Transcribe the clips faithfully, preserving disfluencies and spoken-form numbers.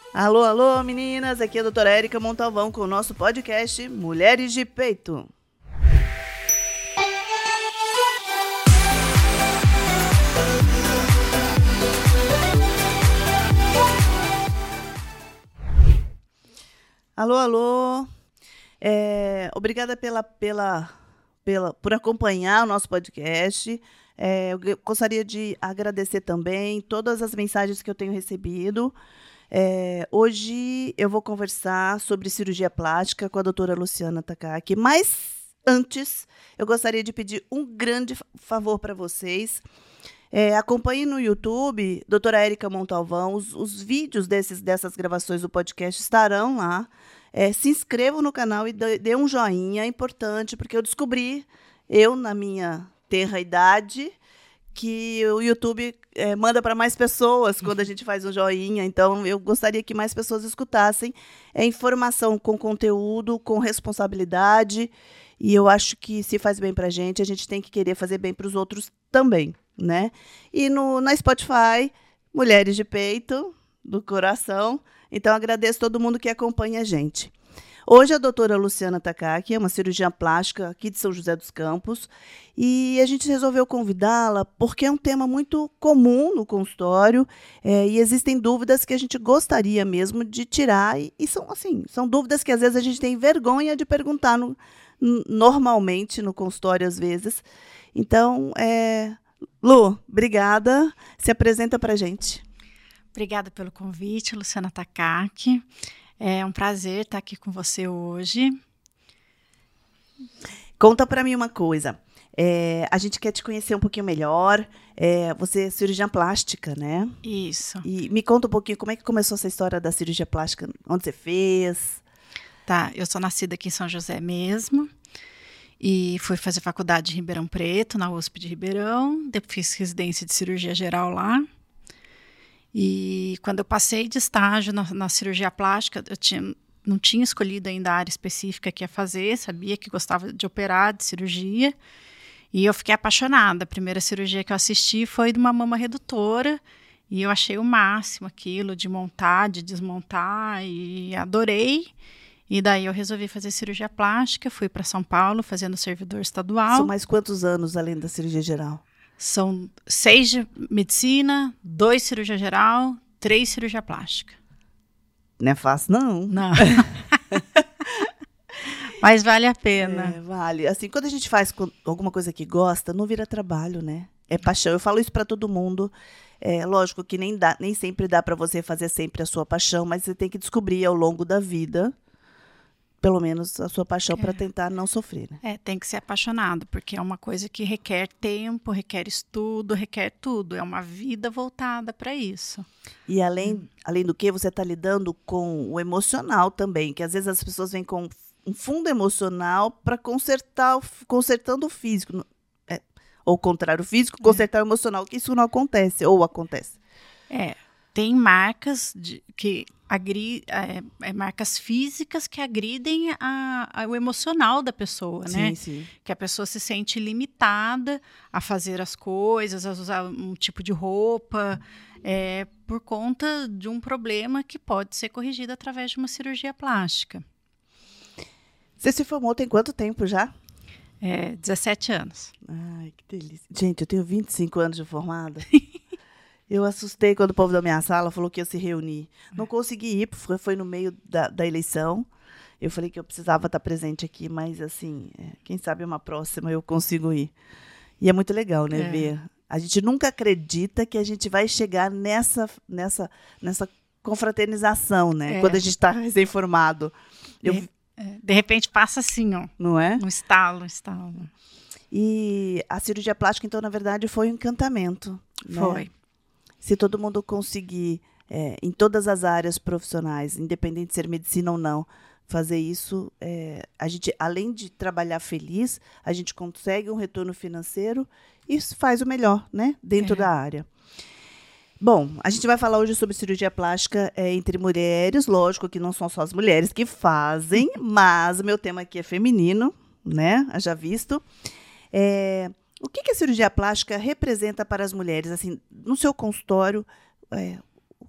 Alô, alô, meninas! Aqui é a doutora Érica Montalvão com o nosso podcast Mulheres de Peito. Alô, alô! É, obrigada pela, pela, pela, por acompanhar o nosso podcast. É, eu gostaria de agradecer também todas as mensagens que eu tenho recebido. É, hoje eu vou conversar sobre cirurgia plástica com a doutora Luciana Takaki, mas antes eu gostaria de pedir um grande favor para vocês. É, acompanhe no YouTube, doutora Érica Montalvão, os, os vídeos desses, dessas gravações do podcast estarão lá. É, se inscrevam no canal e dê, dê um joinha, é importante, porque eu descobri, eu na minha tenra idade, que o YouTube é, manda para mais pessoas quando a gente faz um joinha. Então, eu gostaria que mais pessoas escutassem. É informação com conteúdo, com responsabilidade. E eu acho que se faz bem para a gente, a gente tem que querer fazer bem para os outros também, né? E no, na Spotify, Mulheres de Peito, do Coração. Então, agradeço todo mundo que acompanha a gente. Hoje a doutora Luciana Takaki é uma cirurgiã plástica aqui de São José dos Campos e a gente resolveu convidá-la porque é um tema muito comum no consultório é, e existem dúvidas que a gente gostaria mesmo de tirar e, e são assim, são dúvidas que às vezes a gente tem vergonha de perguntar no, normalmente no consultório às vezes. Então, é, Lu, obrigada. Se apresenta para a gente. Obrigada pelo convite, Luciana Takaki. É um prazer estar aqui com você hoje. Conta para mim uma coisa. É, a gente quer te conhecer um pouquinho melhor. É, você é cirurgiã plástica, né? Isso. E me conta um pouquinho como é que começou essa história da cirurgia plástica. Onde você fez? Tá, eu sou nascida aqui em São José mesmo. E fui fazer faculdade em Ribeirão Preto, na U S P de Ribeirão. Depois fiz residência de cirurgia geral lá. E quando eu passei de estágio na, na cirurgia plástica, eu tinha, não tinha escolhido ainda a área específica que ia fazer, sabia que gostava de operar, de cirurgia, e eu fiquei apaixonada. A primeira cirurgia que eu assisti foi de uma mama redutora, e eu achei o máximo aquilo de montar, de desmontar, e adorei. E daí eu resolvi fazer cirurgia plástica, fui para São Paulo fazendo servidor estadual. São mais quantos anos além da cirurgia geral? São seis de medicina, dois cirurgia geral, três cirurgia plástica. Não é fácil, não. Não. Mas vale a pena. É, vale. Assim, quando a gente faz alguma coisa que gosta, não vira trabalho, né? É paixão. Eu falo isso para todo mundo. É lógico que nem, dá, nem sempre dá para você fazer sempre a sua paixão, mas você tem que descobrir ao longo da vida, pelo menos a sua paixão, é. para tentar não sofrer, né? É, tem que ser apaixonado, porque é uma coisa que requer tempo, requer estudo, requer tudo. É uma vida voltada para isso. E além, hum. além do que, você está lidando com o emocional também, que às vezes as pessoas vêm com um fundo emocional para consertar, consertando o físico. É, ou o contrário, o físico, consertar é. o emocional, que isso não acontece, ou acontece. É, tem marcas de, que... Agri, é, é, marcas físicas que agridem a, a, o emocional da pessoa, sim, né? Sim. Que a pessoa se sente limitada a fazer as coisas, a usar um tipo de roupa, é, por conta de um problema que pode ser corrigido através de uma cirurgia plástica. Você se formou tem quanto tempo já? É, dezessete anos. Ai, que delícia. Gente, eu tenho vinte e cinco anos de formada. Eu assustei quando o povo da minha sala falou que ia se reunir. Não consegui ir, porque foi no meio da, da eleição. Eu falei que eu precisava estar presente aqui, mas, assim, é, quem sabe uma próxima eu consigo ir. E é muito legal, né, é. ver. A gente nunca acredita que a gente vai chegar nessa, nessa, nessa confraternização, né? É. Quando a gente está recém-formado. Eu... De, de repente passa assim, ó. Não é? Um estalo, um estalo. E a cirurgia plástica, então, na verdade, foi um encantamento. Foi. Né? Se todo mundo conseguir, é, em todas as áreas profissionais, independente de ser medicina ou não, fazer isso, é, a gente, além de trabalhar feliz, a gente consegue um retorno financeiro e faz o melhor, né, dentro é. da área. Bom, a gente vai falar hoje sobre cirurgia plástica é, entre mulheres, lógico que não são só as mulheres que fazem, mas o meu tema aqui é feminino, né, já visto. É... O que, que a cirurgia plástica representa para as mulheres? Assim, no seu consultório, é,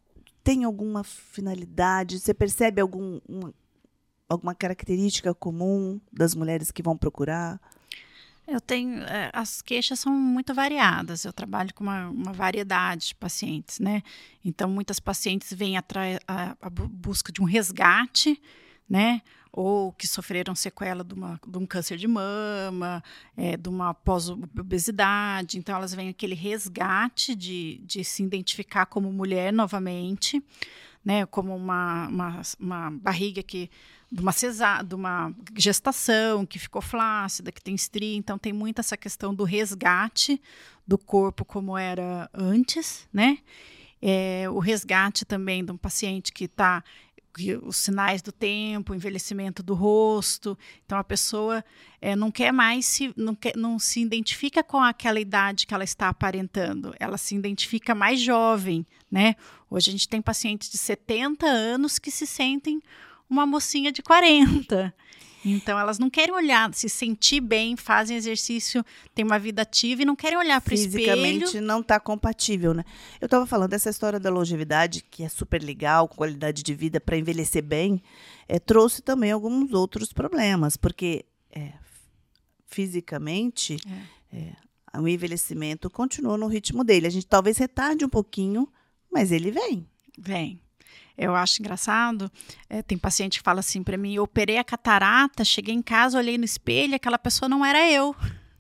tem alguma finalidade? Você percebe algum, uma, alguma característica comum das mulheres que vão procurar? Eu tenho, as queixas são muito variadas, eu trabalho com uma, uma variedade de pacientes, né? Então, muitas pacientes vêm atrás a, a busca de um resgate, né? Ou que sofreram sequela de, uma, de um câncer de mama, é, de uma pós-obesidade. Então, elas vêm aquele resgate de, de se identificar como mulher novamente, né? Como uma, uma, uma barriga que... de uma cesar, de uma gestação que ficou flácida, que tem estria. Então, tem muito essa questão do resgate do corpo como era antes, né? É, o resgate também de um paciente que está... os sinais do tempo, o envelhecimento do rosto. Então, a pessoa é, não quer mais, se, não, quer, não se identifica com aquela idade que ela está aparentando. Ela se identifica mais jovem, né? Hoje a gente tem pacientes de setenta anos que se sentem uma mocinha de quarenta. Então, elas não querem olhar, se sentir bem, fazem exercício, têm uma vida ativa e não querem olhar para o espelho. Fisicamente não está compatível, né? Eu estava falando dessa história da longevidade, que é super legal, com qualidade de vida para envelhecer bem, é, trouxe também alguns outros problemas, porque é, fisicamente é. É, o envelhecimento continua no ritmo dele. A gente talvez retarde um pouquinho, mas ele vem. Vem. Eu acho engraçado, é, tem paciente que fala assim para mim, eu operei a catarata, cheguei em casa, olhei no espelho, aquela pessoa não era eu.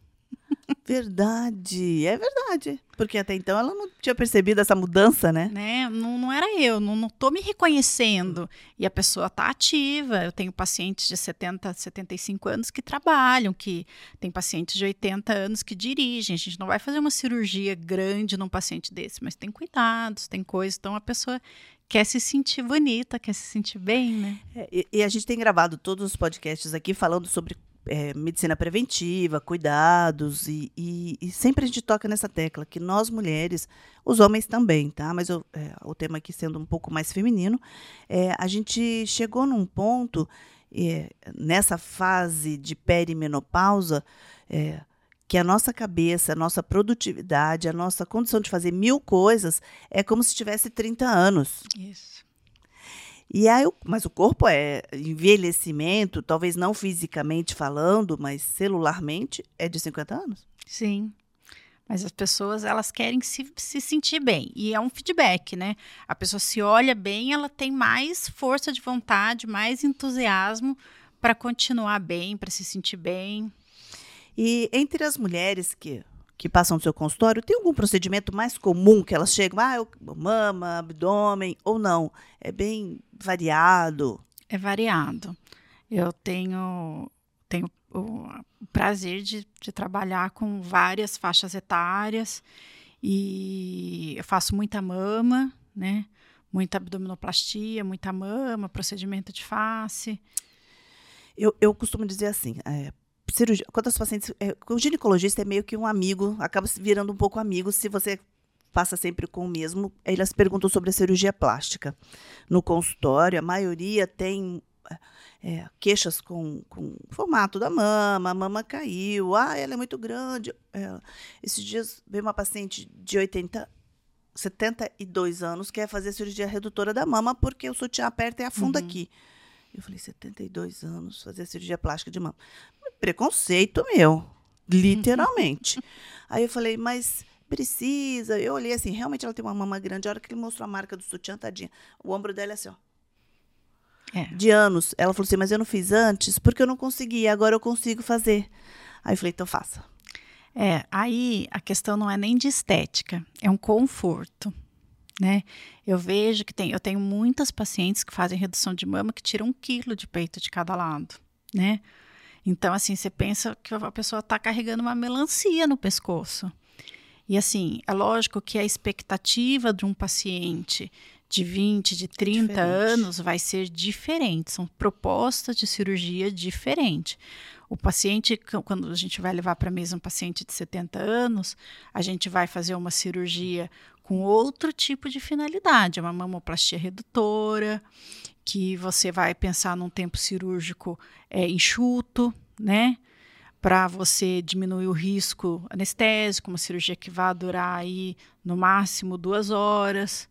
Verdade, é verdade. Porque até então ela não tinha percebido essa mudança, né? né? Não, não era eu, não estou me reconhecendo. E a pessoa está ativa. Eu tenho pacientes de setenta, setenta e cinco anos que trabalham, que tem pacientes de oitenta anos que dirigem. A gente não vai fazer uma cirurgia grande num paciente desse, mas tem cuidados, tem coisas. Então a pessoa quer se sentir bonita, quer se sentir bem, né? É, e, e a gente tem gravado todos os podcasts aqui falando sobre é, medicina preventiva, cuidados, e, e, e sempre a gente toca nessa tecla, que nós mulheres, os homens também, tá? Mas eu, é, o tema aqui sendo um pouco mais feminino, é, a gente chegou num ponto, é, nessa fase de perimenopausa, é, que a nossa cabeça, a nossa produtividade, a nossa condição de fazer mil coisas é como se tivesse trinta anos. Isso. E aí, mas o corpo é envelhecimento, talvez não fisicamente falando, mas celularmente, é de cinquenta anos. Sim. Mas as pessoas, elas querem se, se sentir bem. E é um feedback, né? A pessoa se olha bem, ela tem mais força de vontade, mais entusiasmo para continuar bem, para se sentir bem. E entre as mulheres que, que passam no seu consultório, tem algum procedimento mais comum que elas chegam? Ah, eu, mama, abdômen, ou não? É bem variado? É variado. Eu tenho, tenho o prazer de, de trabalhar com várias faixas etárias e eu faço muita mama, né? Muita abdominoplastia, muita mama, procedimento de face. Eu, eu costumo dizer assim, é, cirurgia, quando as pacientes, é, o ginecologista é meio que um amigo, acaba se virando um pouco amigo se você passa sempre com o mesmo. Elas perguntam sobre a cirurgia plástica. No consultório, a maioria tem é, queixas com, com o formato da mama, a mama caiu, ah, ela é muito grande. É, esses dias veio uma paciente de oitenta, setenta e dois anos que quer fazer a cirurgia redutora da mama porque o sutiã aperta e afunda uhum. aqui. Eu falei, setenta e dois anos, fazer cirurgia plástica de mama. Preconceito meu, literalmente. Aí eu falei, mas precisa. Eu olhei assim, realmente ela tem uma mama grande. A hora que ele mostrou a marca do sutiã, tadinha. O ombro dela é assim, ó. É. De anos. Ela falou assim, mas eu não fiz antes porque eu não conseguia, agora eu consigo fazer. Aí eu falei, então faça. É, aí a questão não é nem de estética, é um conforto. Né? Eu vejo que tem, eu tenho muitas pacientes que fazem redução de mama que tiram um quilo de peito de cada lado, né? Então, assim, você pensa que a pessoa está carregando uma melancia no pescoço. E, assim, é lógico que a expectativa de um paciente de vinte, de trinta diferente. Anos vai ser diferente. São propostas de cirurgia diferentes. O paciente, quando a gente vai levar para a mesa um paciente de setenta anos, a gente vai fazer uma cirurgia com outro tipo de finalidade, uma mamoplastia redutora, que você vai pensar num tempo cirúrgico é, enxuto, né? Para você diminuir o risco anestésico, uma cirurgia que vai durar aí no máximo duas horas,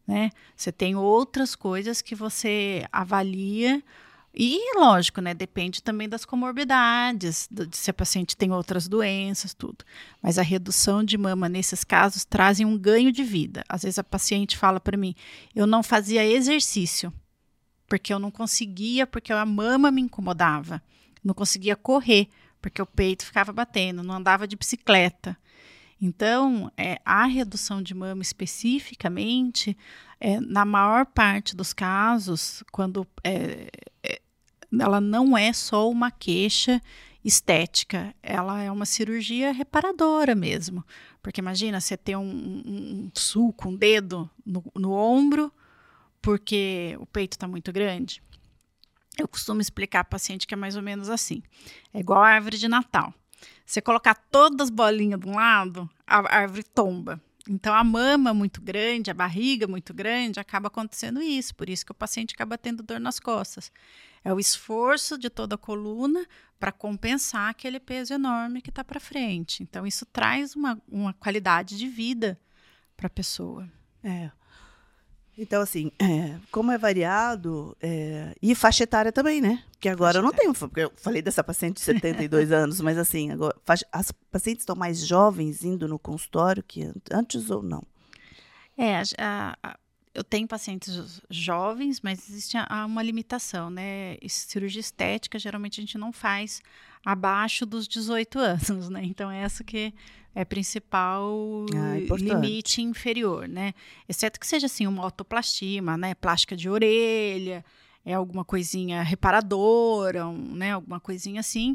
né? Você tem outras coisas que você avalia. E, lógico, né, depende também das comorbidades, de se a paciente tem outras doenças, tudo. Mas a redução de mama, nesses casos, trazem um ganho de vida. Às vezes a paciente fala para mim, eu não fazia exercício, porque eu não conseguia, porque a mama me incomodava. Não conseguia correr, porque o peito ficava batendo, não andava de bicicleta. Então, é, a redução de mama especificamente, é, na maior parte dos casos, quando é, é, ela não é só uma queixa estética, ela é uma cirurgia reparadora mesmo. Porque imagina, você ter um, um, um sulco, um dedo no, no ombro, porque o peito está muito grande. Eu costumo explicar para paciente que é mais ou menos assim. É igual a árvore de Natal. Você colocar todas as bolinhas de um lado, a árvore tomba. Então, a mama muito grande, a barriga muito grande, acaba acontecendo isso. Por isso que o paciente acaba tendo dor nas costas. É o esforço de toda a coluna para compensar aquele peso enorme que está para frente. Então, isso traz uma, uma qualidade de vida para a pessoa. É. Então, assim, é, como é variado, é, e faixa etária também, né? Porque agora eu não tenho, porque eu falei dessa paciente de setenta e dois anos, mas assim, agora, faixa, as pacientes estão mais jovens indo no consultório que antes ou não? É, a, a, eu tenho pacientes jovens, mas existe a, uma limitação, né? Cirurgia estética, geralmente a gente não faz abaixo dos dezoito anos, né? Então, essa que é principal ah, limite inferior, né? Exceto que seja, assim, uma otoplastia, uma, né, plástica de orelha, é alguma coisinha reparadora, um, né, alguma coisinha assim.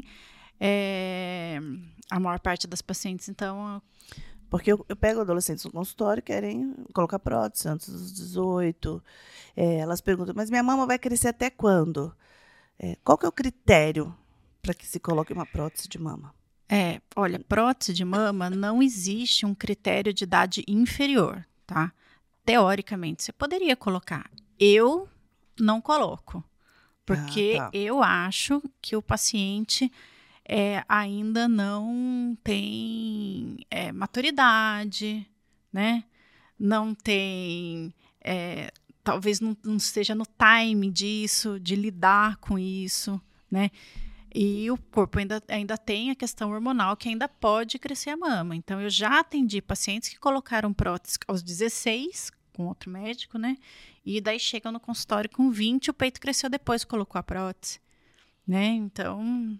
É, a maior parte das pacientes, então... Porque eu, eu pego adolescentes no consultório que querem colocar prótese antes dos dezoito. É, elas perguntam, mas minha mama vai crescer até quando? É, qual que é o critério para que se coloque uma prótese de mama? É, olha, prótese de mama não existe um critério de idade inferior, tá? Teoricamente, você poderia colocar. Eu não coloco, porque ah, tá. eu acho que o paciente é, ainda não tem é, maturidade, né? Não tem, é, talvez não, não esteja no time disso, de lidar com isso, né? E o corpo ainda, ainda tem a questão hormonal que ainda pode crescer a mama. Então, eu já atendi pacientes que colocaram prótese aos dezesseis, com outro médico, né? E daí chegam no consultório com vinte, o peito cresceu depois que colocou a prótese, né? Então...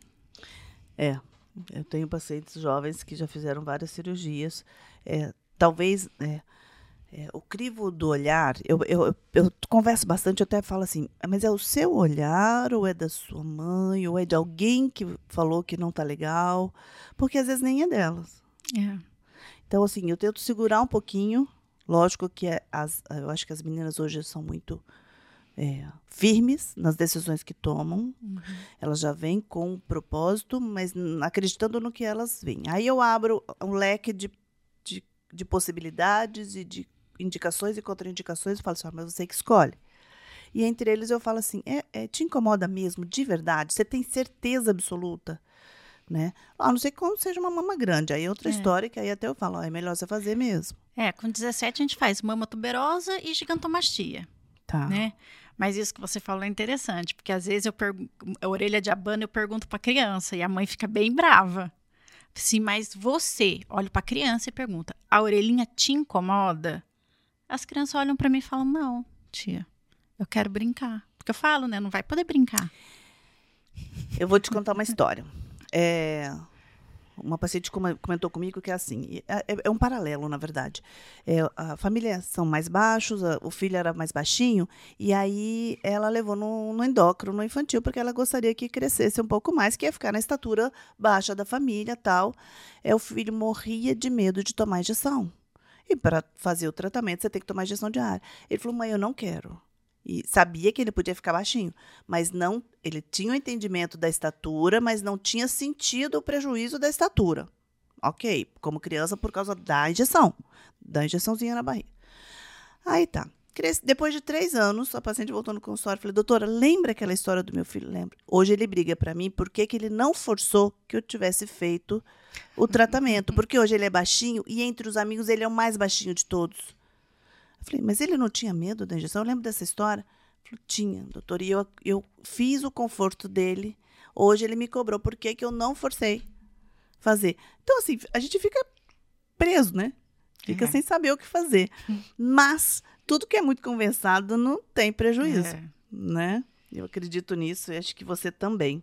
É, eu tenho pacientes jovens que já fizeram várias cirurgias. É, talvez... É, É, o crivo do olhar, eu, eu, eu, eu converso bastante, eu até falo assim, mas é o seu olhar, ou é da sua mãe, ou é de alguém que falou que não tá legal, porque às vezes nem é delas. É. Então, assim, eu tento segurar um pouquinho, lógico que é, as, eu acho que as meninas hoje são muito é, firmes nas decisões que tomam, uhum. Elas já vêm com um propósito, mas acreditando no que elas veem. Aí eu abro um leque de, de, de possibilidades e de indicações e contraindicações, eu falo assim, ah, mas você que escolhe. E entre eles eu falo assim, é, é, te incomoda mesmo, de verdade? Você tem certeza absoluta? Né? A não ser que quando seja uma mama grande, aí é outra é. história, que aí até eu falo, ó, é melhor você fazer mesmo. É, com dezessete a gente faz mama tuberosa e gigantomastia. Tá. Né? Mas isso que você falou é interessante, porque às vezes eu pergu- a orelha de abano eu pergunto para a criança e a mãe fica bem brava. Sim, mas você olha para a criança e pergunta, a orelhinha te incomoda? As crianças olham para mim e falam, não, tia, eu quero brincar. Porque eu falo, né, não vai poder brincar. Eu vou te contar uma história. É, uma paciente comentou comigo que é assim, é, é um paralelo, na verdade. É, a família são mais baixos, a, o filho era mais baixinho, e aí ela levou no, no endócrino infantil, porque ela gostaria que crescesse um pouco mais, que ia ficar na estatura baixa da família e tal. É, o filho morria de medo de tomar injeção. E para fazer o tratamento, você tem que tomar injeção diária. Ele falou, mãe, eu não quero. E sabia que ele podia ficar baixinho, mas não, ele tinha o entendimento da estatura, mas não tinha sentido o prejuízo da estatura. Ok, como criança, por causa da injeção, da injeçãozinha na barriga. Aí tá. Depois de três anos, a paciente voltou no consultório e falei, doutora, lembra aquela história do meu filho? Lembra? Hoje ele briga para mim porque que ele não forçou que eu tivesse feito o tratamento. Porque hoje ele é baixinho e entre os amigos ele é o mais baixinho de todos. Eu Falei, mas ele não tinha medo da injeção? Eu lembro dessa história. Falei, tinha, doutor. E eu, eu fiz o conforto dele. Hoje ele me cobrou por que que eu não forcei fazer. Então, assim, a gente fica preso, né? Fica é. sem saber o que fazer. Mas tudo que é muito conversado não tem prejuízo, é. né? Eu acredito nisso e acho que você também.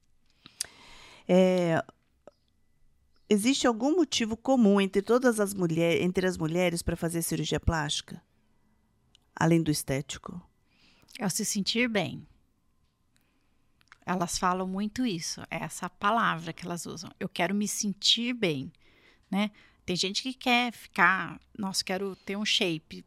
É, existe algum motivo comum entre todas as mulheres, entre as mulheres para fazer cirurgia plástica? Além do estético? É o se sentir bem. Elas falam muito isso, é essa palavra que elas usam. Eu quero me sentir bem, né? Tem gente que quer ficar, nossa, quero ter um shape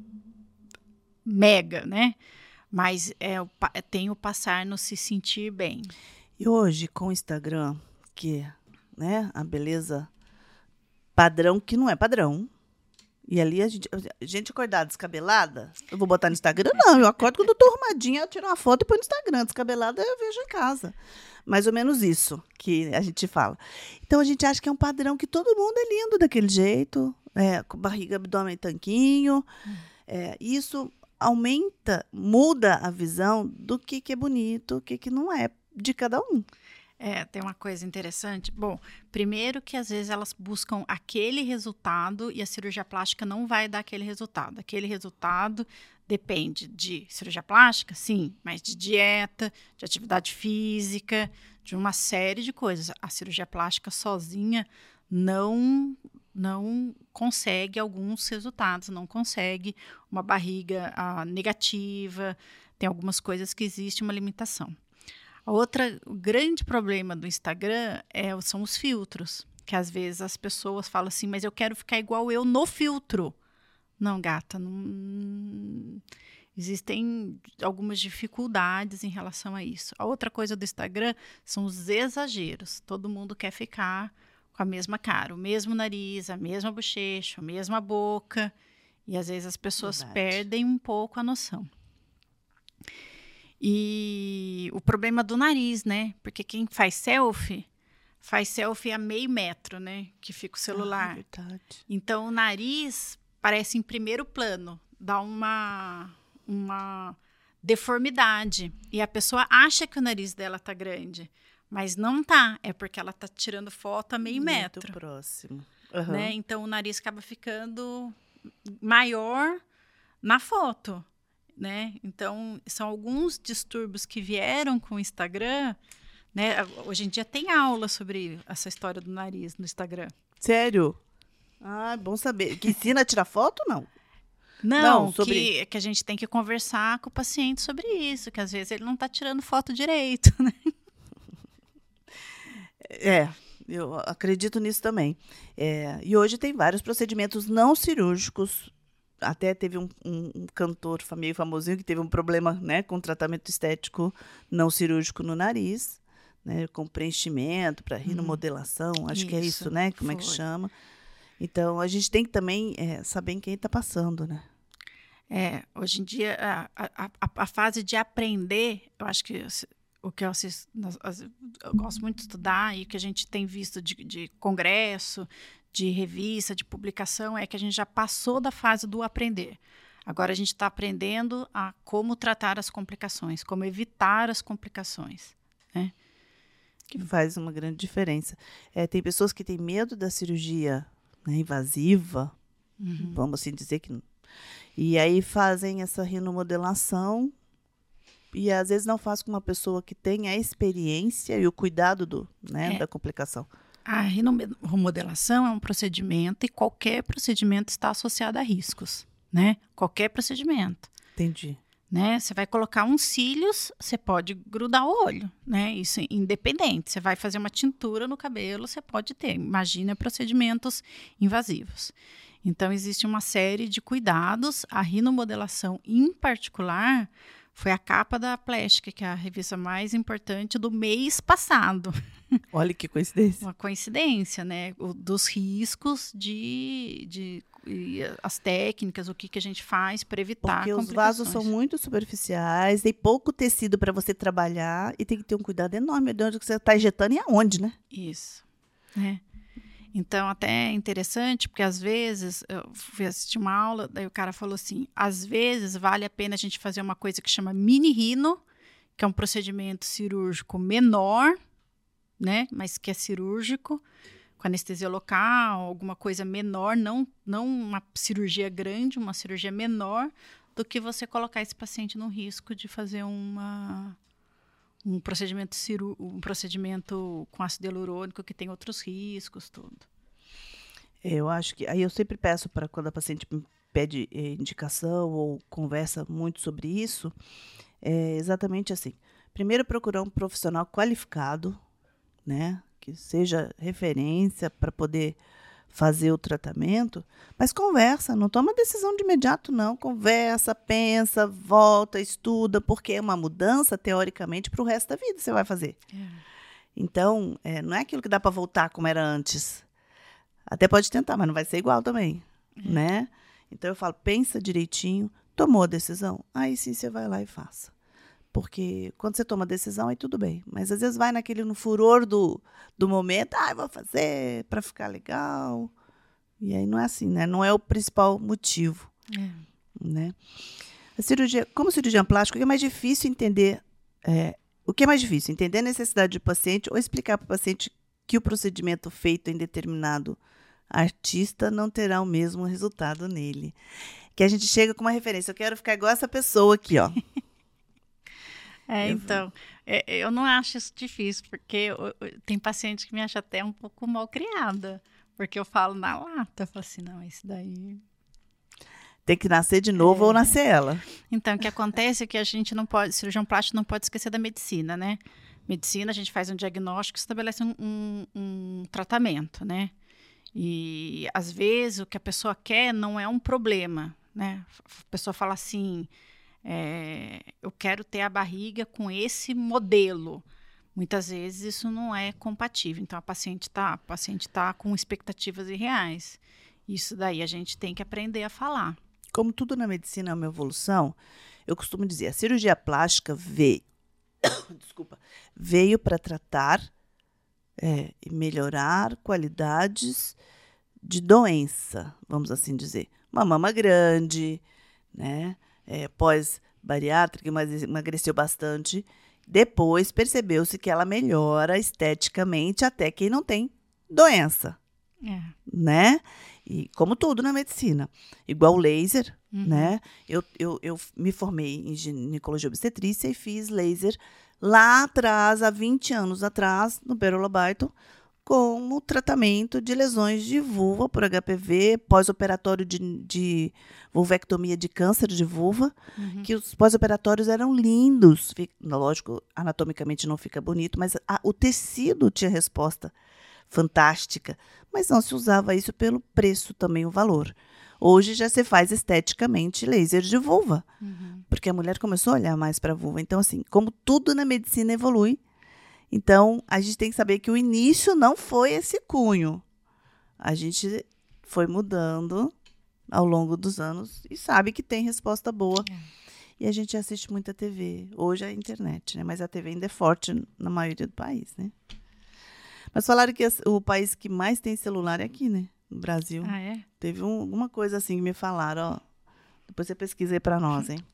mega, né? Mas é, tem o passar no se sentir bem. E hoje, com o Instagram, que é, né, a beleza padrão, que não é padrão, e ali a gente, a gente acordar descabelada, eu vou botar no Instagram? Não, eu acordo quando eu tô arrumadinha, eu tiro uma foto e põe no Instagram. Descabelada eu vejo em casa. Mais ou menos isso que a gente fala. Então a gente acha que é um padrão que todo mundo é lindo daquele jeito, é, com barriga, abdômen tanquinho. Hum. É, isso aumenta, muda a visão do que, que é bonito, o que, que não é de cada um. É, tem uma coisa interessante. Bom, primeiro que às vezes elas buscam aquele resultado e a cirurgia plástica não vai dar aquele resultado. Aquele resultado depende de cirurgia plástica, sim, mas de dieta, de atividade física, de uma série de coisas. A cirurgia plástica sozinha não, não consegue alguns resultados, não consegue uma barriga ah, negativa, tem algumas coisas que existe uma limitação. A outra, o grande problema do Instagram é, são os filtros, que às vezes as pessoas falam assim, mas eu quero ficar igual eu no filtro. Não, gata, não... existem algumas dificuldades em relação a isso. A outra coisa do Instagram são os exageros. Todo mundo quer ficar com a mesma cara, o mesmo nariz, a mesma bochecha, a mesma boca, e às vezes as pessoas Verdade. perdem um pouco a noção. E o problema do nariz, né? Porque quem faz selfie, faz selfie a meio metro, né? Que fica o celular. Ah, verdade. Então, o nariz parece em primeiro plano, dá uma, uma deformidade. E a pessoa acha que o nariz dela tá grande, mas não tá. É porque ela tá tirando foto a meio Muito metro. Muito próximo. Uhum. Né? Então, o nariz acaba ficando maior na foto. Né? Então, são alguns distúrbios que vieram com o Instagram, né? Hoje em dia tem aula sobre essa história do nariz no Instagram. Sério? Ah, bom saber. Que ensina a tirar foto ou não? Não, não sobre... que, que a gente tem que conversar com o paciente sobre isso, que às vezes ele não está tirando foto direito, né? É, eu acredito nisso também. É, e hoje tem vários procedimentos não cirúrgicos. Até teve um, um, um cantor meio famosinho que teve um problema, né, com tratamento estético não cirúrgico no nariz, né, com preenchimento para rinomodelação, hum, acho isso, que é isso, né? Como foi. é que chama? Então, a gente tem que também é, saber em quem está passando, né? É, hoje em dia, a, a, a, a fase de aprender, eu acho que o que eu, eu gosto muito de estudar e o que a gente tem visto de, de congresso, de revista, de publicação, é que a gente já passou da fase do aprender. Agora a gente está aprendendo a como tratar as complicações, como evitar as complicações, né? Que faz uma grande diferença. É, tem pessoas que têm medo da cirurgia, né, invasiva, uhum. vamos assim dizer que... E aí fazem essa rinomodelação e às vezes não faz com uma pessoa que tem a experiência e o cuidado do, né, é. da complicação. A rinomodelação é um procedimento e qualquer procedimento está associado a riscos, né? Qualquer procedimento. Entendi. Né? Você vai colocar uns cílios, você pode grudar o olho, né? Isso é independente. Você vai fazer uma tintura no cabelo, você pode ter. Imagina procedimentos invasivos. Então, existe uma série de cuidados. A rinomodelação, em particular, foi a capa da Plástica, que é a revista mais importante do mês passado. Olha que coincidência. Uma coincidência, né? O, dos riscos de, de e as técnicas, o que, que a gente faz para evitar Porque complicações. Os vasos são muito superficiais, tem pouco tecido para você trabalhar e tem que ter um cuidado enorme de onde você está injetando e aonde, né? Isso. É. Então, até é interessante, porque às vezes, eu fui assistir uma aula, daí o cara falou assim, às vezes vale a pena a gente fazer uma coisa que chama mini rino, que é um procedimento cirúrgico menor, né, mas que é cirúrgico, com anestesia local, alguma coisa menor, não, não uma cirurgia grande, uma cirurgia menor, do que você colocar esse paciente no risco de fazer uma, um, procedimento ciru, um procedimento com ácido hialurônico que tem outros riscos, tudo. Eu acho que... Aí eu sempre peço para quando a paciente me pede eh, indicação ou conversa muito sobre isso, é exatamente assim. Primeiro, procurar um profissional qualificado, né, que seja referência para poder fazer o tratamento, mas conversa, não toma decisão de imediato, não. Conversa, pensa, volta, estuda, porque é uma mudança, teoricamente, para o resto da vida você vai fazer. É. Então, é, não é aquilo que dá para voltar como era antes. Até pode tentar, mas não vai ser igual também, é. né? Então, eu falo, pensa direitinho, tomou a decisão, aí sim você vai lá e faça. Porque quando você toma decisão, aí tudo bem. Mas às vezes vai naquele no furor do, do momento, ah, eu vou fazer para ficar legal. E aí não é assim, né? Não é o principal motivo. É. Né? A cirurgia, como cirurgião plástico, o que é mais difícil entender? É, o que é mais difícil? Entender a necessidade do paciente ou explicar para o paciente que o procedimento feito em determinado artista não terá o mesmo resultado nele. Que a gente chega com uma referência. Eu quero ficar igual essa pessoa aqui, ó. É, então, é, eu não acho isso difícil, porque eu, eu, tem paciente que me acha até um pouco mal criada, porque eu falo na lata, eu falo assim, não, isso daí... Tem que nascer de novo é. ou nascer ela. Então, o que acontece é que a gente não pode, cirurgião plástico não pode esquecer da medicina, né? Medicina, a gente faz um diagnóstico e estabelece um, um, um tratamento, né? E, às vezes, o que a pessoa quer não é um problema, né? A pessoa fala assim... É, eu quero ter a barriga com esse modelo. Muitas vezes isso não é compatível. Então, a paciente está paciente tá com expectativas irreais. Isso daí a gente tem que aprender a falar. Como tudo na medicina é uma evolução, eu costumo dizer, a cirurgia plástica veio, desculpa, veio para tratar é, e melhorar qualidades de doença, vamos assim dizer. Uma mama grande, né? É, pós-bariátrica, mas emagreceu bastante. Depois percebeu-se que ela melhora esteticamente até quem não tem doença. É. Né? E como tudo na medicina. Igual o laser, uhum. né? Eu, eu, eu me formei em ginecologia obstetrícia e fiz laser lá atrás, há vinte anos atrás, no Pero Lobaito, como tratamento de lesões de vulva por H P V, pós-operatório de, de vulvectomia de câncer de vulva, uhum. que os pós-operatórios eram lindos. Lógico, anatomicamente não fica bonito, mas a, o tecido tinha resposta fantástica. Mas não se usava isso pelo preço também, o valor. Hoje já se faz esteticamente laser de vulva, uhum. porque a mulher começou a olhar mais para a vulva. Então, assim, como tudo na medicina evolui, então, a gente tem que saber que o início não foi esse cunho. A gente foi mudando ao longo dos anos e sabe que tem resposta boa. É. E a gente assiste muita T V. Hoje é a internet, né? Mas a T V ainda é forte na maioria do país, né? Mas falaram que o país que mais tem celular é aqui, né? No Brasil. Ah, é? Teve um, alguma coisa assim que me falaram, ó. Depois você pesquisa aí pra nós, hein?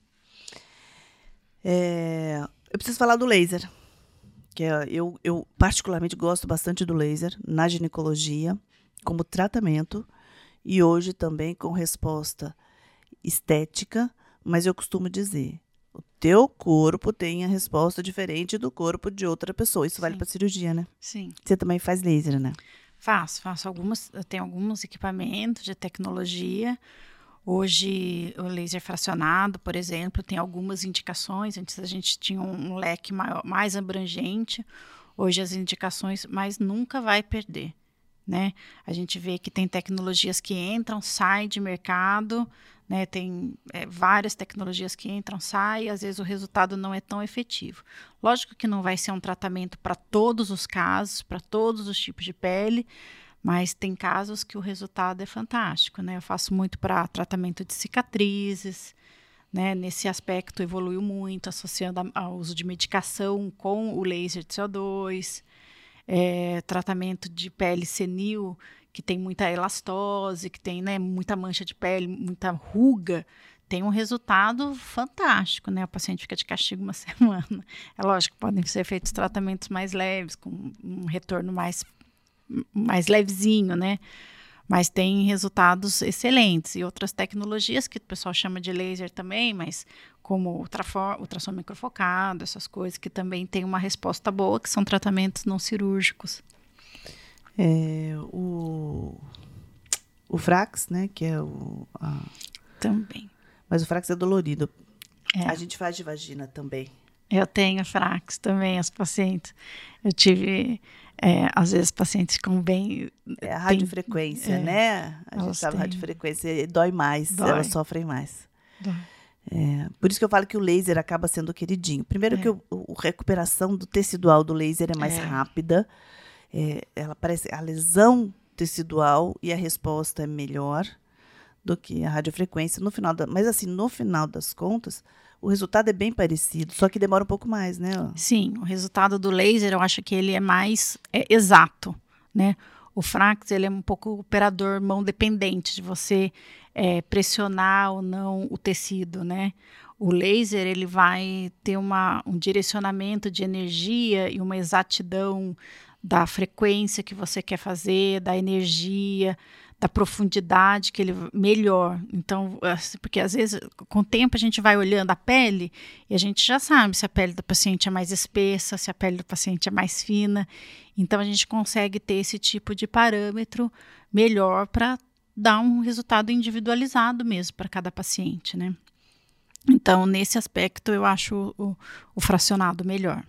É, eu preciso falar do laser. Que é, eu, eu particularmente gosto bastante do laser na ginecologia, como tratamento, e hoje também com resposta estética, mas eu costumo dizer, o teu corpo tem a resposta diferente do corpo de outra pessoa. Isso Sim. vale para cirurgia, né? Sim. Você também faz laser, né? Faço, faço algumas, eu tenho alguns equipamentos de tecnologia. Hoje, o laser fracionado, por exemplo, tem algumas indicações. Antes a gente tinha um leque maior, mais abrangente. Hoje as indicações, mas nunca vai perder, né? A gente vê que tem tecnologias que entram, saem de mercado, né? Tem é, várias tecnologias que entram, saem, e às vezes o resultado não é tão efetivo. Lógico que não vai ser um tratamento para todos os casos, para todos os tipos de pele, mas tem casos que o resultado é fantástico, né? Eu faço muito para tratamento de cicatrizes, né? Nesse aspecto evoluiu muito, associando ao uso de medicação com o laser de C O dois. é, tratamento de pele senil, que tem muita elastose, que tem, né, muita mancha de pele, muita ruga, tem um resultado fantástico, né? O paciente fica de castigo uma semana. É lógico, podem ser feitos tratamentos mais leves, com um retorno mais, mais levezinho, né? Mas tem resultados excelentes. E outras tecnologias que o pessoal chama de laser também, mas como ultrassom microfocado, essas coisas que também tem uma resposta boa, que são tratamentos não cirúrgicos. É, o, o Frax, né? Que é o... A... Também. Mas o Frax é dolorido. É. A gente faz de vagina também. Eu tenho Frax também, as pacientes. Eu tive, é, às vezes, pacientes com bem... É a radiofrequência, tem, né? A é, gente sabe têm. radiofrequência dói mais, Dói. Elas sofrem mais. Dói. É, por isso que eu falo que o laser acaba sendo queridinho. Primeiro É. que o, o- a recuperação do tecidual do laser é mais É. rápida. É, ela parece a lesão tecidual e a resposta é melhor do que a radiofrequência no final da, mas assim, no final das contas, o resultado é bem parecido, só que demora um pouco mais, né? Sim, o resultado do laser, eu acho que ele é mais é, exato, né? O Frax, ele é um pouco operador mão dependente, de você é, pressionar ou não o tecido, né? O laser, ele vai ter uma, um direcionamento de energia e uma exatidão da frequência que você quer fazer, da energia, da profundidade que ele melhor. Então, assim, porque às vezes, com o tempo, a gente vai olhando a pele e a gente já sabe se a pele do paciente é mais espessa, se a pele do paciente é mais fina. Então, a gente consegue ter esse tipo de parâmetro melhor para dar um resultado individualizado mesmo para cada paciente, né? Então, nesse aspecto, eu acho o, o fracionado melhor.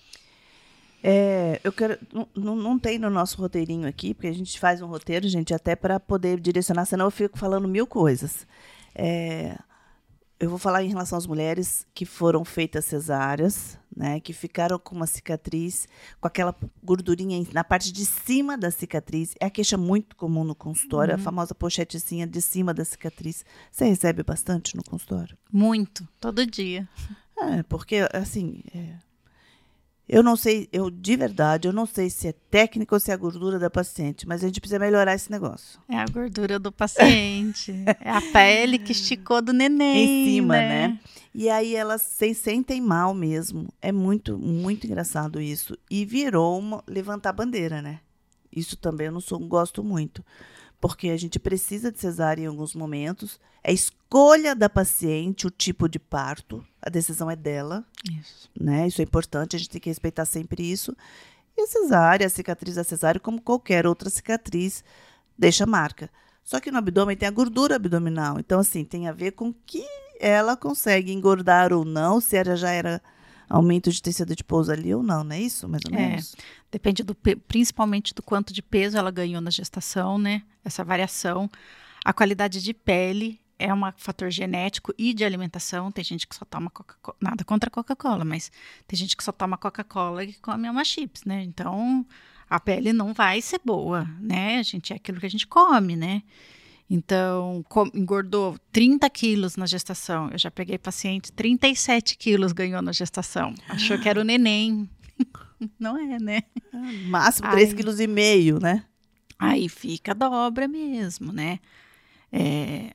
É, eu quero, não- não, não tem no nosso roteirinho aqui, porque a gente faz um roteiro, gente, até para poder direcionar, senão eu fico falando mil coisas. É, eu vou falar em relação às mulheres que foram feitas cesáreas, né, que ficaram com uma cicatriz, com aquela gordurinha em- na parte de cima da cicatriz. É a queixa muito comum no consultório, a famosa pochetezinha de cima da cicatriz. Você recebe bastante no consultório? Muito, todo dia. É, porque, assim, é, eu não sei, eu de verdade, eu não sei se é técnica ou se é a gordura da paciente, mas a gente precisa melhorar esse negócio. É a gordura do paciente. É a pele que esticou do neném. Em cima, né? né? E aí elas se sentem mal mesmo. É muito, muito engraçado isso. E virou uma, levantar bandeira, né? Isso também eu não sou, gosto muito. Porque a gente precisa de cesárea em alguns momentos. É escolha da paciente o tipo de parto. A decisão é dela. Isso. Né? Isso é importante, a gente tem que respeitar sempre isso. E a cesárea, a cicatriz da cesárea, como qualquer outra cicatriz, deixa marca. Só que no abdômen tem a gordura abdominal. Então, assim, tem a ver com que ela consegue engordar ou não, se ela já era aumento de tecido de pouso ali ou não, não é isso? Mais ou É, menos? depende do, pe- principalmente do quanto de peso ela ganhou na gestação, né? Essa variação. A qualidade de pele é um fator genético e de alimentação. Tem gente que só toma Coca-Cola, nada contra a Coca-Cola, mas tem gente que só toma Coca-Cola e come uma chips, né? Então, a pele não vai ser boa, né? A gente é aquilo que a gente come, né? Então, com- engordou trinta quilos na gestação. Eu já peguei paciente, trinta e sete quilos ganhou na gestação. Achou que era o neném. Não é, né? Máximo Ai. três vírgula cinco quilos, né? Aí fica a dobra mesmo, né? É,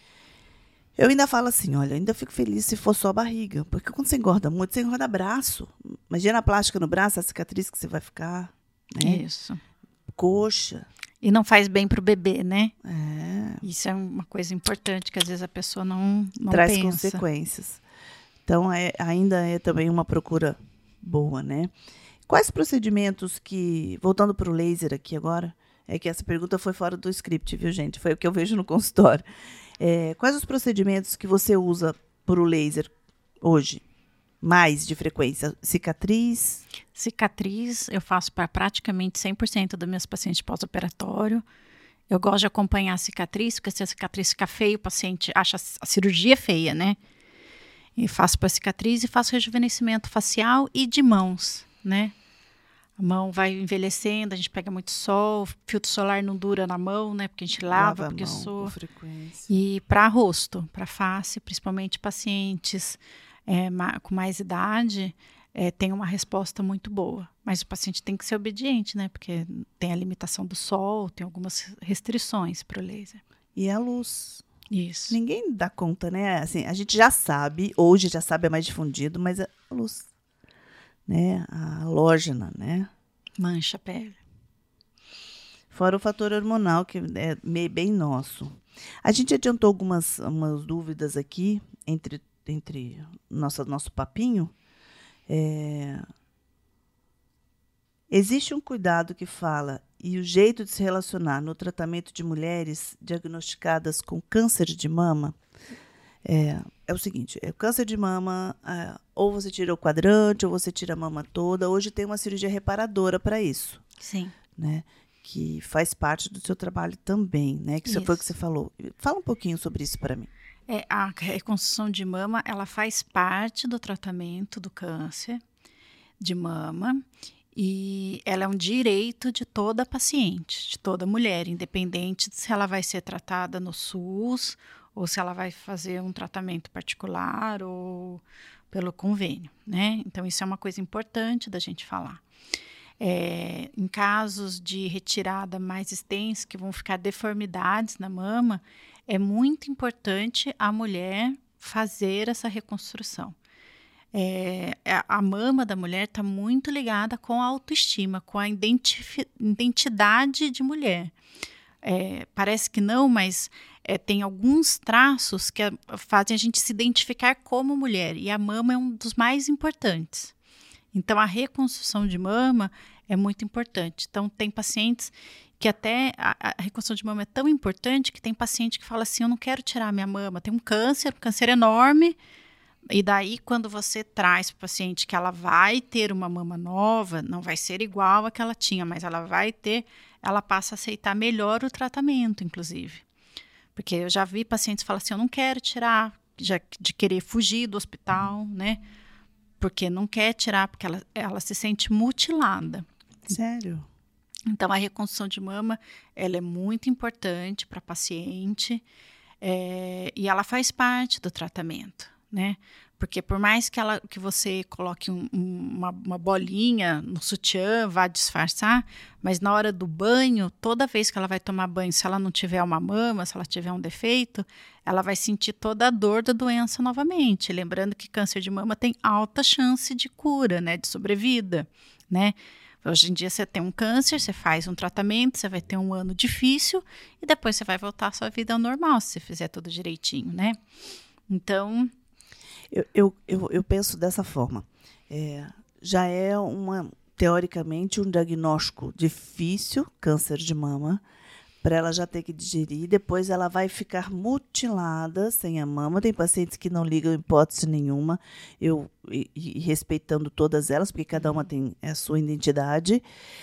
Eu ainda falo assim, olha, ainda fico feliz se for só a barriga. Porque quando você engorda muito, você engorda braço. Imagina a plástica no braço, a cicatriz que você vai ficar, né? isso. Coxa. E não faz bem para o bebê, né? É. Isso é uma coisa importante que às vezes a pessoa não, não Traz pensa. consequências. Então, é, ainda é também uma procura boa, né? Quais procedimentos que... Voltando para o laser aqui agora, é que essa pergunta foi fora do script, viu, gente? Foi o que eu vejo no consultório. É, quais os procedimentos que você usa para o laser hoje? Mais de frequência? Cicatriz? Cicatriz, eu faço para praticamente cem por cento dos meus pacientes pós-operatório. Eu gosto de acompanhar a cicatriz, porque se a cicatriz ficar feia, o paciente acha a cirurgia feia, né? E faço para cicatriz e faço rejuvenescimento facial e de mãos, né? A mão vai envelhecendo, a gente pega muito sol, filtro solar não dura na mão, né? Porque a gente lava, Lava a porque eu mão sou... com frequência. E para rosto, para face, principalmente pacientes é, ma- com mais idade, é, tem uma resposta muito boa. Mas o paciente tem que ser obediente, né? Porque tem a limitação do sol, tem algumas restrições para o laser. E a luz. Isso. Ninguém dá conta, né? Assim, a gente já sabe, hoje já sabe, é mais difundido, mas a luz, né? A halógena, né? Mancha a pele. Fora o fator hormonal, que é meio bem nosso. A gente adiantou algumas umas dúvidas aqui, entre, entre nossa, nosso papinho. É... Existe um cuidado que fala e o jeito de se relacionar no tratamento de mulheres diagnosticadas com câncer de mama é, é o seguinte, é o câncer de mama, é, ou você tira o quadrante, ou você tira a mama toda. Hoje tem uma cirurgia reparadora para isso. Sim. Né? Que faz parte do seu trabalho também, né? Que isso foi o que você falou. Fala um pouquinho sobre isso para mim. É, a reconstrução de mama, ela faz parte do tratamento do câncer de mama. E ela é um direito de toda paciente, de toda mulher, independente de se ela vai ser tratada no SUS ou se ela vai fazer um tratamento particular ou pelo convênio, né? Então, isso é uma coisa importante da gente falar. É, em casos de retirada mais extensa, que vão ficar deformidades na mama, é muito importante a mulher fazer essa reconstrução. É, a mama da mulher está muito ligada com a autoestima, com a identidade de mulher. É, parece que não, mas é, tem alguns traços que a, fazem a gente se identificar como mulher, e a mama é um dos mais importantes. Então, a reconstrução de mama é muito importante. Então, tem pacientes que até a, a reconstrução de mama é tão importante que tem paciente que fala assim, eu não quero tirar minha mama, tem um câncer, um câncer enorme. E daí, quando você traz para o paciente que ela vai ter uma mama nova, não vai ser igual a que ela tinha, mas ela vai ter, ela passa a aceitar melhor o tratamento, inclusive. Porque eu já vi pacientes falar assim, eu não quero tirar, já, de querer fugir do hospital, né? Porque não quer tirar, porque ela, ela se sente mutilada. Sério? Então, a reconstrução de mama, ela é muito importante para a paciente, é, e ela faz parte do tratamento. Né? Porque por mais que, ela, que você coloque um, uma, uma bolinha no sutiã, vá disfarçar, mas na hora do banho, toda vez que ela vai tomar banho, se ela não tiver uma mama, se ela tiver um defeito, ela vai sentir toda a dor da doença novamente. Lembrando que câncer de mama tem alta chance de cura, né? De sobrevida, né? Hoje em dia você tem um câncer, você faz um tratamento, você vai ter um ano difícil e depois você vai voltar à sua vida ao normal, se você fizer tudo direitinho, né? Então... Eu, eu, eu, eu penso dessa forma. É, já é, uma, teoricamente, um diagnóstico difícil, câncer de mama, para ela já ter que digerir. Depois ela vai ficar mutilada sem a mama. Tem pacientes que não ligam hipótese nenhuma, eu e, e respeitando todas elas, porque cada uma tem a sua identidade.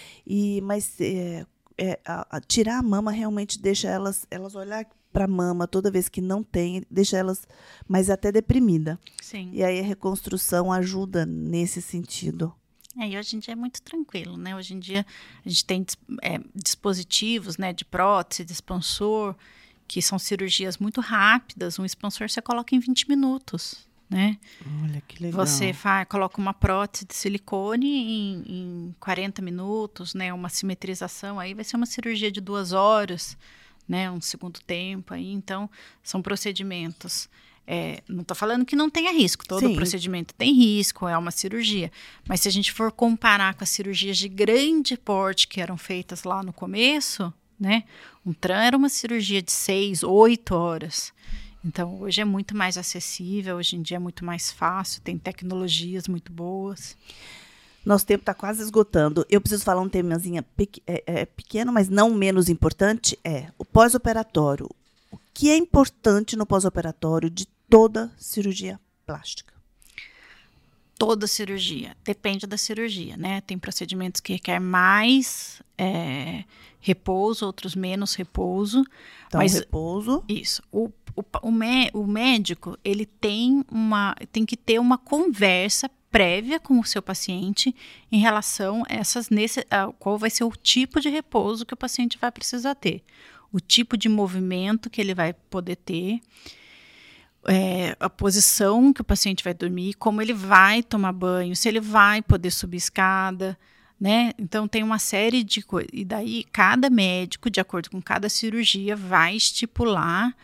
E, mas é, é, a, a, tirar a mama realmente deixa elas, elas olhar para a mama toda vez que não tem, deixa elas mais até deprimida. Sim. E aí a reconstrução ajuda nesse sentido. É, e hoje em dia é muito tranquilo, né? Hoje em dia a gente tem é, dispositivos, né, de prótese, de expansor, que são cirurgias muito rápidas. Um expansor você coloca em vinte minutos, né? Olha, que legal. Você faz, coloca uma prótese de silicone em, em quarenta minutos, né? Uma simetrização, aí vai ser uma cirurgia de duas horas, né, um segundo tempo aí, então são procedimentos, é, não estou falando que não tenha risco, todo Sim. procedimento tem risco, é uma cirurgia, mas se a gente for comparar com as cirurgias de grande porte que eram feitas lá no começo, né, um TRAN era uma cirurgia de seis, oito horas, então hoje é muito mais acessível, hoje em dia é muito mais fácil, tem tecnologias muito boas. Nosso tempo está quase esgotando. Eu preciso falar um temazinho pe- é, é, pequeno, mas não menos importante, é o pós-operatório. O que é importante no pós-operatório de toda cirurgia plástica? Toda cirurgia. Depende da cirurgia, né? Tem procedimentos que requerem mais é, repouso, outros menos repouso. Então, mas, repouso. Isso. O, o, o, mé, o médico, ele tem, uma, tem que ter uma conversa prévia com o seu paciente em relação a essas nesse, a qual vai ser o tipo de repouso que o paciente vai precisar ter, o tipo de movimento que ele vai poder ter, é, a posição que o paciente vai dormir, como ele vai tomar banho, se ele vai poder subir escada, né? Então tem uma série de coisas. E daí cada médico, de acordo com cada cirurgia, vai estipular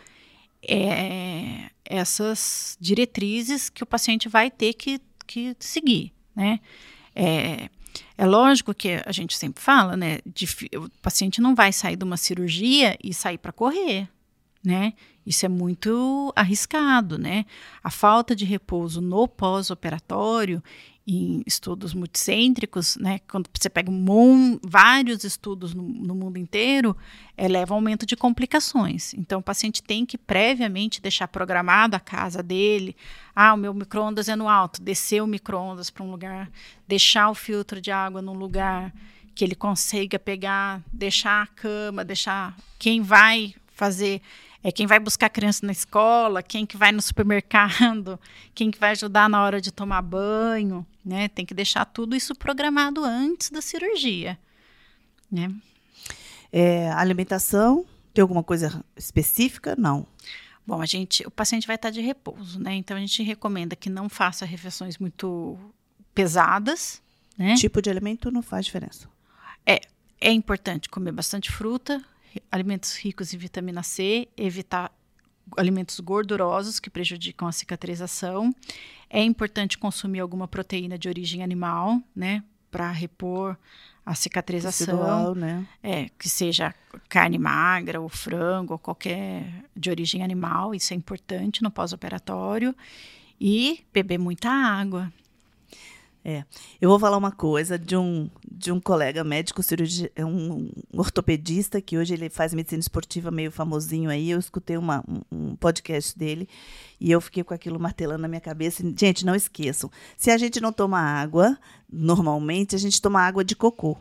é, essas diretrizes que o paciente vai ter que, que seguir, né? É, é lógico que a gente sempre fala, né? De, o paciente não vai sair de uma cirurgia e sair para correr, né? Isso é muito arriscado, né? A falta de repouso no pós-operatório, em estudos multicêntricos, né? Quando você pega um mon- vários estudos no, no mundo inteiro, é, leva a aumento de complicações. Então, o paciente tem que previamente deixar programado a casa dele. Ah, o meu micro-ondas é no alto, descer o micro-ondas para um lugar, deixar o filtro de água num lugar que ele consiga pegar, deixar a cama, deixar quem vai fazer... É quem vai buscar a criança na escola, quem que vai no supermercado, quem que vai ajudar na hora de tomar banho, né? Tem que deixar tudo isso programado antes da cirurgia, né? É, alimentação, tem alguma coisa específica? Não. Bom, a gente, o paciente vai estar de repouso, né? Então a gente recomenda que não faça refeições muito pesadas, né? Tipo de alimento não faz diferença. É, é importante comer bastante fruta, alimentos ricos em vitamina C, evitar alimentos gordurosos que prejudicam a cicatrização. É importante consumir alguma proteína de origem animal, né, para repor a cicatrização. Tecidual, né? É, que seja carne magra, ou frango, ou qualquer de origem animal, isso é importante no pós-operatório. E beber muita água. É, eu vou falar uma coisa de um, de um colega médico, cirurgi, um, um ortopedista, que hoje ele faz medicina esportiva meio famosinho aí. Eu escutei uma, um, um podcast dele e eu fiquei com aquilo martelando na minha cabeça. Gente, não esqueçam, se a gente não toma água, normalmente a gente toma água de cocô.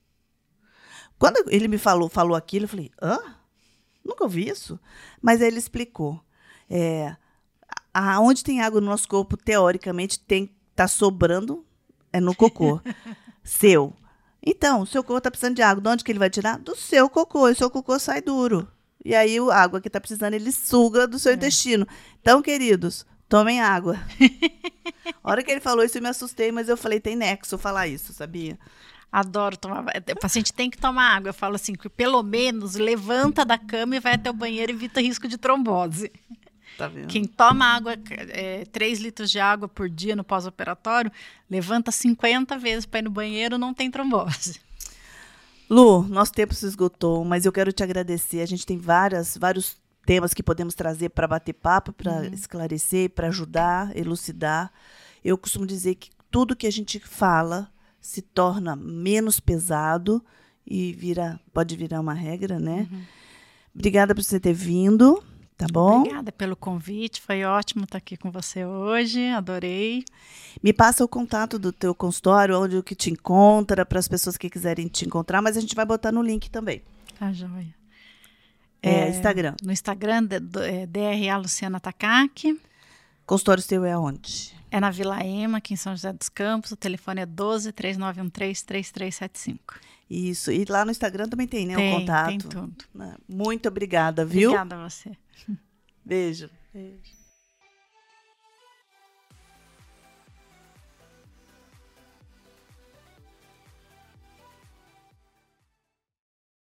Quando ele me falou, falou aquilo, eu falei, hã? Nunca ouvi isso. Mas aí ele explicou. É, a, onde tem água no nosso corpo, teoricamente, tem tá sobrando é no cocô seu. Então, o seu cocô está precisando de água. De onde que ele vai tirar? Do seu cocô. E o seu cocô sai duro. E aí, a água que está precisando, ele suga do seu é. intestino. Então, queridos, tomem água. A hora que ele falou isso, eu me assustei, mas eu falei, tem nexo falar isso, sabia? Adoro tomar. O paciente tem que tomar água. Eu falo assim, que pelo menos levanta da cama e vai até o banheiro e evita risco de trombose. Tá vendo? Quem toma água, é, três litros de água por dia no pós-operatório, levanta cinquenta vezes para ir no banheiro, não tem trombose. Lu, nosso tempo se esgotou, mas eu quero te agradecer. A gente tem várias, vários temas que podemos trazer para bater papo, para uhum. esclarecer, para ajudar, elucidar. Eu costumo dizer que tudo que a gente fala se torna menos pesado e vira, pode virar uma regra, né? Uhum. Obrigada por você ter vindo. Tá bom? Obrigada pelo convite, foi ótimo estar aqui com você hoje, adorei. Me passa o contato do teu consultório, onde que te encontra, para as pessoas que quiserem te encontrar, mas a gente vai botar no link também. Tá joia. É, é Instagram. No Instagram, é D R A Luciana Takaki. Consultório seu é onde? É na Vila Ema, aqui em São José dos Campos, o telefone é doze, três nove um três, três três sete cinco. Isso, e lá no Instagram também tem, né, tem, o contato. Tem tudo. Muito obrigada, viu? Obrigada a você. Beijo. Beijo.